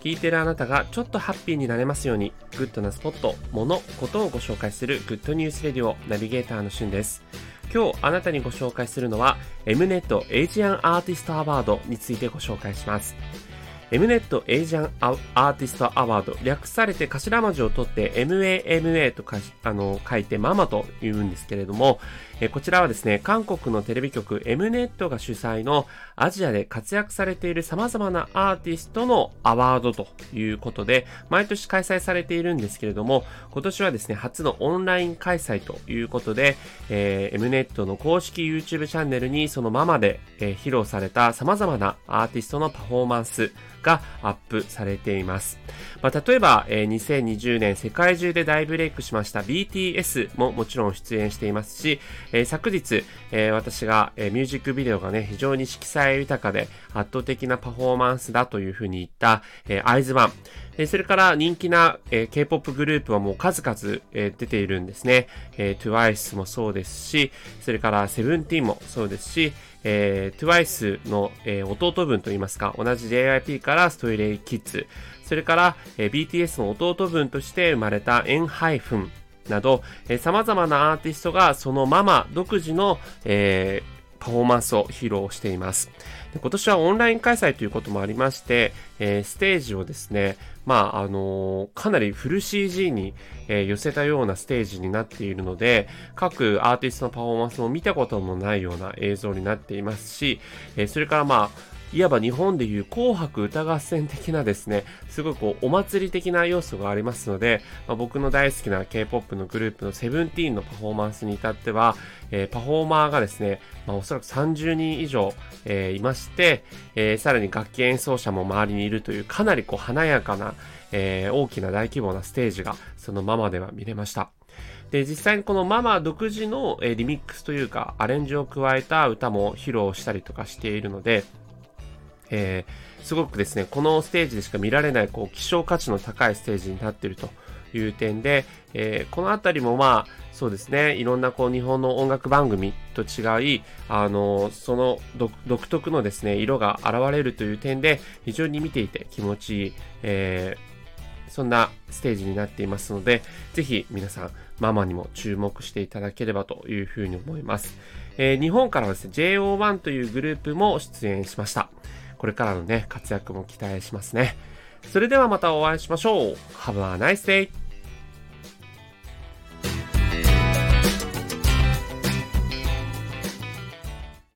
聞いてるあなたがちょっとハッピーになれますように、グッドなスポット、物、ことをご紹介するグッドニュースレディオナビゲーターのしゅんです。今日あなたにご紹介するのは Mnet エイジアンアーティストアワードについてご紹介します。Mnet エイジアンアーティストアワード、略されて頭文字を取って MAMA と書いてママと言うんですけれども、こちらはですね、韓国のテレビ局 Mnet が主催のアジアで活躍されている様々なアーティストのアワードということで、毎年開催されているんですけれども、今年はですね、初のオンライン開催ということで、Mnet の公式 YouTube チャンネルにそのママで、披露された様々なアーティストのパフォーマンスがアップされています。例えば、2020年世界中で大ブレイクしました BTS ももちろん出演していますし、昨日、私が、ミュージックビデオがね、非常に色彩豊かで圧倒的なパフォーマンスだというふうに言った、IZ*ONE、それから人気な、K-POP グループはもう数々、出ているんですね。TWICE もそうですし、それからSEVENTEENもそうですし、TWICE の、弟分といいますか、同じ JYP からストイレイキッズ、それから、BTS の弟分として生まれたENHYPENなど、様々なアーティストがそのママ独自の、パフォーマンスを披露しています。で、今年はオンライン開催ということもありまして、ステージをですね、かなりフル CG に、寄せたようなステージになっているので、各アーティストのパフォーマンスも見たこともないような映像になっていますし、それからいわば日本でいう紅白歌合戦的なですね、すごくお祭り的な要素がありますので、僕の大好きな K-POP のグループのSEVENTEENのパフォーマンスに至っては、パフォーマーがですね、おそらく30人以上、いまして、さらに楽器演奏者も周りにいるというかなり華やかな、大きな大規模なステージがそのママでは見れました。で、実際にこのママ独自の、リミックスというかアレンジを加えた歌も披露したりとかしているので、すごくですね、このステージでしか見られない希少価値の高いステージになっているという点で、このあたりもそうですね、いろんな日本の音楽番組と違い、その独特のですね、色が現れるという点で非常に見ていて気持ちいい、そんなステージになっていますので、ぜひ皆さんママにも注目していただければというふうに思います。日本からはですね、JO1 というグループも出演しました。これからのね、活躍も期待しますね。それではまたお会いしましょう。Have a nice day!